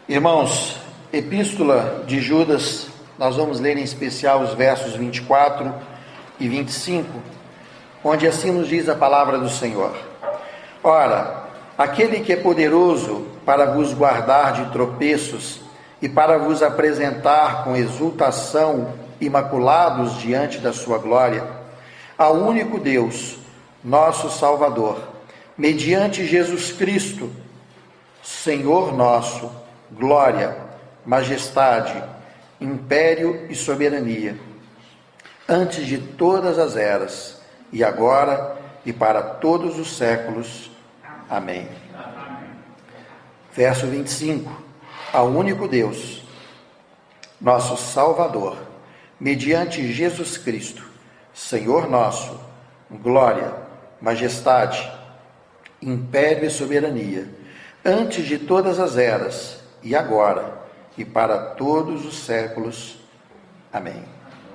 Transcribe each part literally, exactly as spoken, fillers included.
Irmãos, Epístola de Judas, nós vamos ler em especial os versos vinte e quatro e vinte e cinco, onde assim nos diz a palavra do Senhor. Ora, aquele que é poderoso para vos guardar de tropeços e para vos apresentar com exultação imaculados diante da sua glória, ao único Deus, nosso Salvador, mediante Jesus Cristo, Senhor nosso, glória, majestade, império e soberania, antes de todas as eras, e agora e para todos os séculos. Amém. Verso vinte e cinco. Ao único Deus, nosso Salvador, mediante Jesus Cristo, Senhor nosso, glória, majestade, império e soberania, antes de todas as eras, e agora, e para todos os séculos. Amém.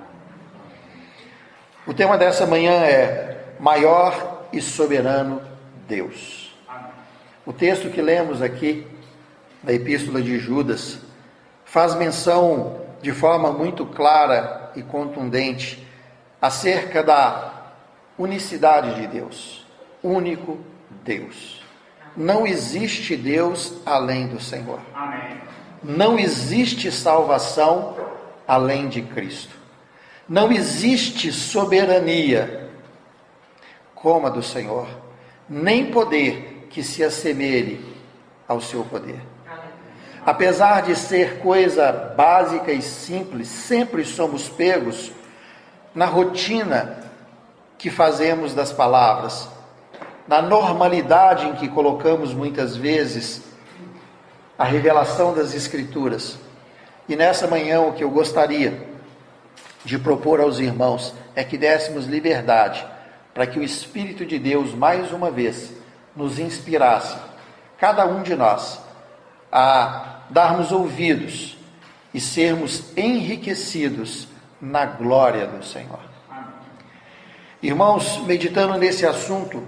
O tema dessa manhã é Maior e Soberano Deus. O texto que lemos aqui, da Epístola de Judas, faz menção de forma muito clara e contundente acerca da unicidade de Deus. Único Deus. Não existe Deus além do Senhor. Amém. Não existe salvação além de Cristo. Não existe soberania como a do Senhor, nem poder que se assemelhe ao seu poder. Apesar de ser coisa básica e simples, sempre somos pegos na rotina que fazemos das palavras, na normalidade em que colocamos muitas vezes a revelação das Escrituras. E nessa manhã o que eu gostaria de propor aos irmãos é que dessemos liberdade para que o Espírito de Deus mais uma vez nos inspirasse, cada um de nós, a darmos ouvidos e sermos enriquecidos na glória do Senhor. Irmãos, meditando nesse assunto,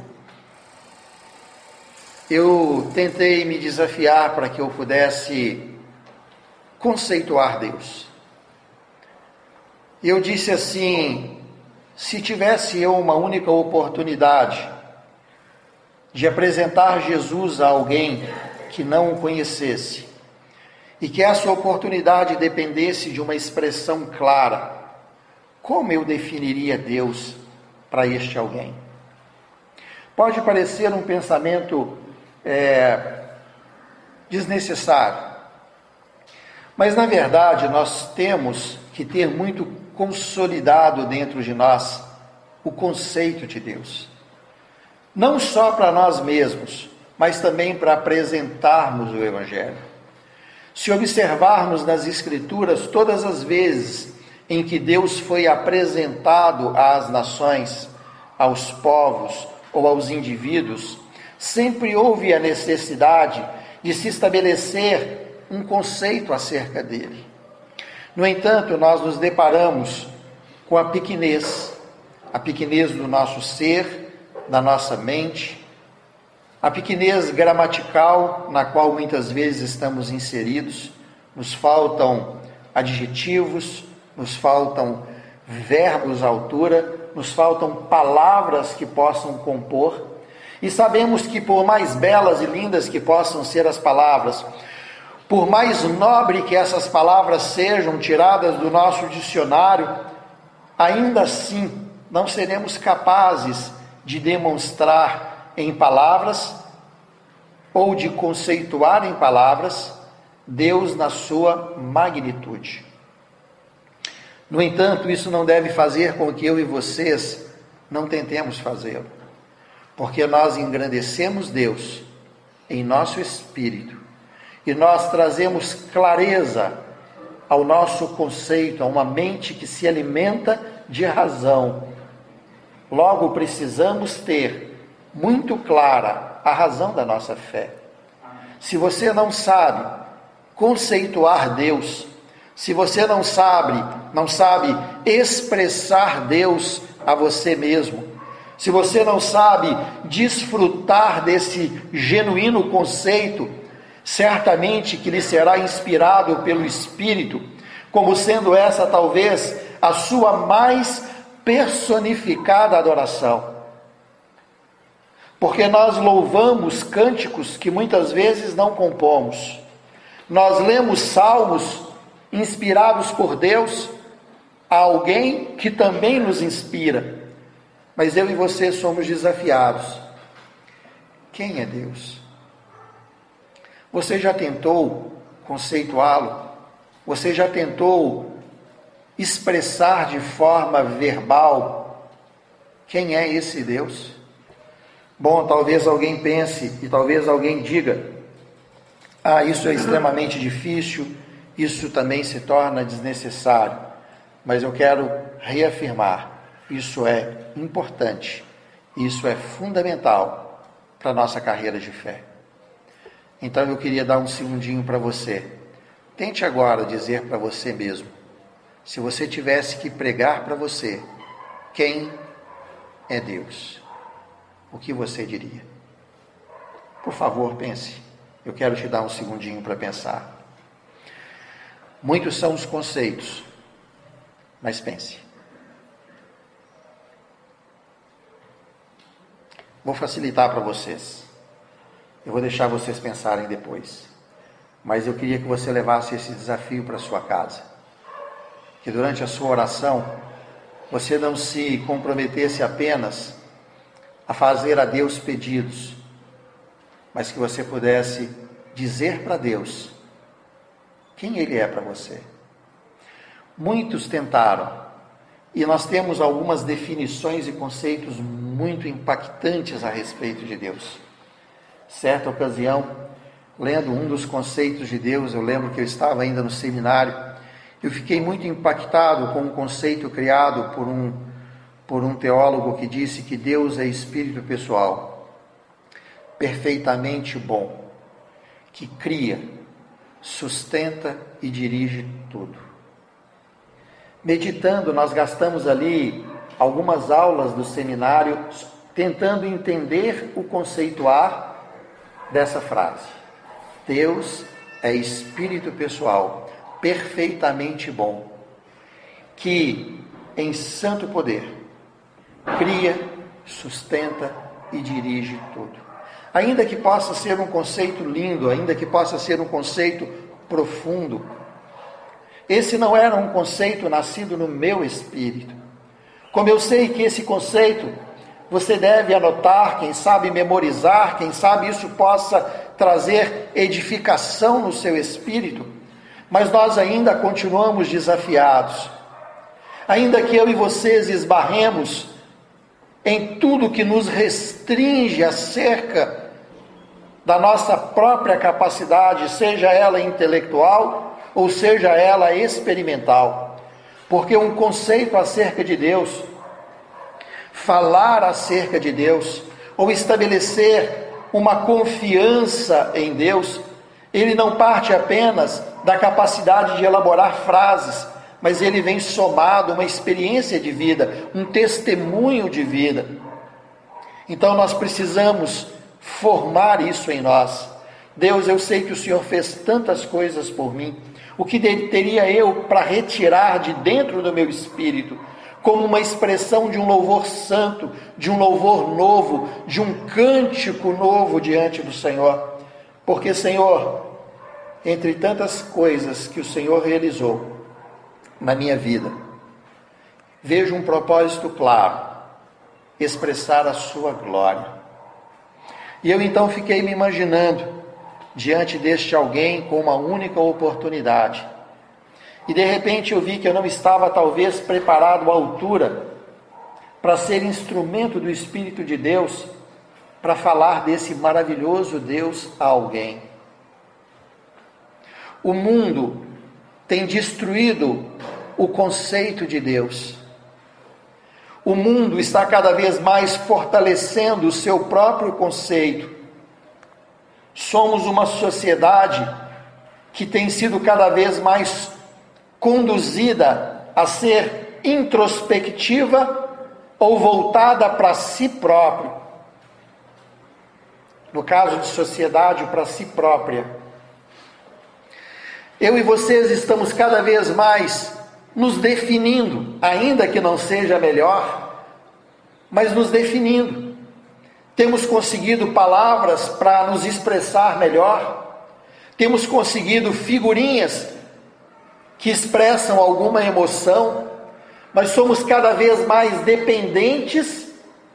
eu tentei me desafiar para que eu pudesse conceituar Deus. Eu disse assim: se tivesse eu uma única oportunidade de apresentar Jesus a alguém que não o conhecesse, e que essa oportunidade dependesse de uma expressão clara, como eu definiria Deus para este alguém? Pode parecer um pensamento é, desnecessário, mas na verdade nós temos que ter muito consolidado dentro de nós o conceito de Deus, não só para nós mesmos, mas também para apresentarmos o Evangelho. Se observarmos nas Escrituras todas as vezes em que Deus foi apresentado às nações, aos povos ou aos indivíduos, sempre houve a necessidade de se estabelecer um conceito acerca dele. No entanto, nós nos deparamos com a pequenez, a pequenez do nosso ser, da nossa mente, a pequenez gramatical na qual muitas vezes estamos inseridos. Nos faltam adjetivos, nos faltam verbos à altura, nos faltam palavras que possam compor, e sabemos que por mais belas e lindas que possam ser as palavras, por mais nobre que essas palavras sejam tiradas do nosso dicionário, ainda assim não seremos capazes de demonstrar em palavras ou de conceituar em palavras Deus na sua magnitude. No entanto, isso não deve fazer com que eu e vocês não tentemos fazê-lo, porque nós engrandecemos Deus em nosso espírito e nós trazemos clareza ao nosso conceito, a uma mente que se alimenta de razão. Logo, precisamos ter muito clara a razão da nossa fé. Se você não sabe conceituar Deus, se você não sabe, não sabe expressar Deus a você mesmo, se você não sabe desfrutar desse genuíno conceito, Certamente que lhe será inspirado pelo Espírito, como sendo essa talvez a sua mais personificada adoração. Porque nós louvamos cânticos que muitas vezes não compomos. Nós lemos salmos inspirados por Deus a alguém que também nos inspira. Mas eu e você somos desafiados. Quem é Deus? Você já tentou conceituá-lo? Você já tentou expressar de forma verbal quem é esse Deus? Bom, talvez alguém pense e talvez alguém diga: ah, isso é extremamente difícil, isso também se torna desnecessário. Mas eu quero reafirmar, isso é importante, isso é fundamental para a nossa carreira de fé. Então eu queria dar um segundinho para você. Tente agora dizer para você mesmo, se você tivesse que pregar para você, quem é Deus? O que você diria? Por favor, pense. Eu quero te dar um segundinho para pensar. Muitos são os conceitos, mas pense. Vou facilitar para vocês. Eu vou deixar vocês pensarem depois. Mas eu queria que você levasse esse desafio para a sua casa. Que durante a sua oração, você não se comprometesse apenas a fazer a Deus pedidos, mas que você pudesse dizer para Deus quem Ele é para você. Muitos tentaram, e nós temos algumas definições e conceitos muito impactantes a respeito de Deus. Certa ocasião, lendo um dos conceitos de Deus, eu lembro que eu estava ainda no seminário, eu fiquei muito impactado com um conceito criado por um, por um teólogo que disse que Deus é espírito pessoal, perfeitamente bom, que cria, sustenta e dirige tudo. Meditando, nós gastamos ali algumas aulas do seminário tentando entender o conceituar dessa frase. Deus é espírito pessoal, perfeitamente bom, que em santo poder cria, sustenta e dirige tudo. Ainda que possa ser um conceito lindo, ainda que possa ser um conceito profundo, esse não era um conceito nascido no meu espírito. Como eu sei que esse conceito você deve anotar, quem sabe memorizar, quem sabe isso possa trazer edificação no seu espírito, mas nós ainda continuamos desafiados. Ainda que eu e vocês esbarremos em tudo que nos restringe acerca da nossa própria capacidade, seja ela intelectual ou seja ela experimental. Porque um conceito acerca de Deus, falar acerca de Deus, ou estabelecer uma confiança em Deus, ele não parte apenas da capacidade de elaborar frases, mas ele vem somado a uma experiência de vida, um testemunho de vida. Então nós precisamos formar isso em nós. Deus, eu sei que o Senhor fez tantas coisas por mim, o que teria eu para retirar de dentro do meu espírito, como uma expressão de um louvor santo, de um louvor novo, de um cântico novo diante do Senhor. Porque, Senhor, entre tantas coisas que o Senhor realizou na minha vida, vejo um propósito claro: expressar a sua glória. E eu então fiquei me imaginando diante deste alguém com uma única oportunidade. E de repente eu vi que eu não estava talvez preparado à altura para ser instrumento do Espírito de Deus, para falar desse maravilhoso Deus a alguém. O mundo tem destruído o conceito de Deus. O mundo está cada vez mais fortalecendo o seu próprio conceito. Somos uma sociedade que tem sido cada vez mais conduzida a ser introspectiva ou voltada para si próprio. No caso de sociedade, para si própria. Eu e vocês estamos cada vez mais nos definindo, ainda que não seja melhor, mas nos definindo. Temos conseguido palavras para nos expressar melhor, temos conseguido figurinhas que expressam alguma emoção, mas somos cada vez mais dependentes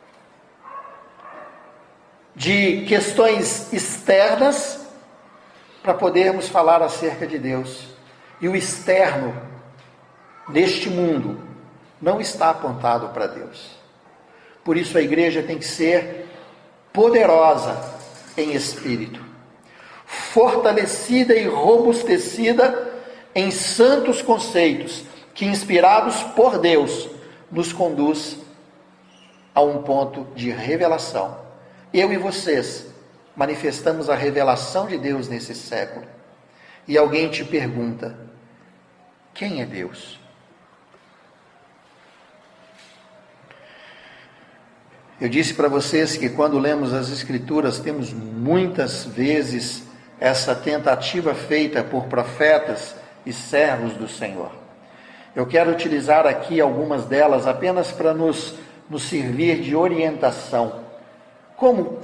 de questões externas para podermos falar acerca de Deus. E o externo, neste mundo, não está apontado para Deus. Por isso a igreja tem que ser poderosa em espírito, fortalecida e robustecida em santos conceitos, que, inspirados por Deus, nos conduz a um ponto de revelação. Eu e vocês manifestamos a revelação de Deus nesse século. E alguém te pergunta: quem é Deus? Eu disse para vocês que quando lemos as Escrituras, temos muitas vezes essa tentativa feita por profetas e servos do Senhor. Eu quero utilizar aqui algumas delas apenas para nos, nos servir de orientação. Como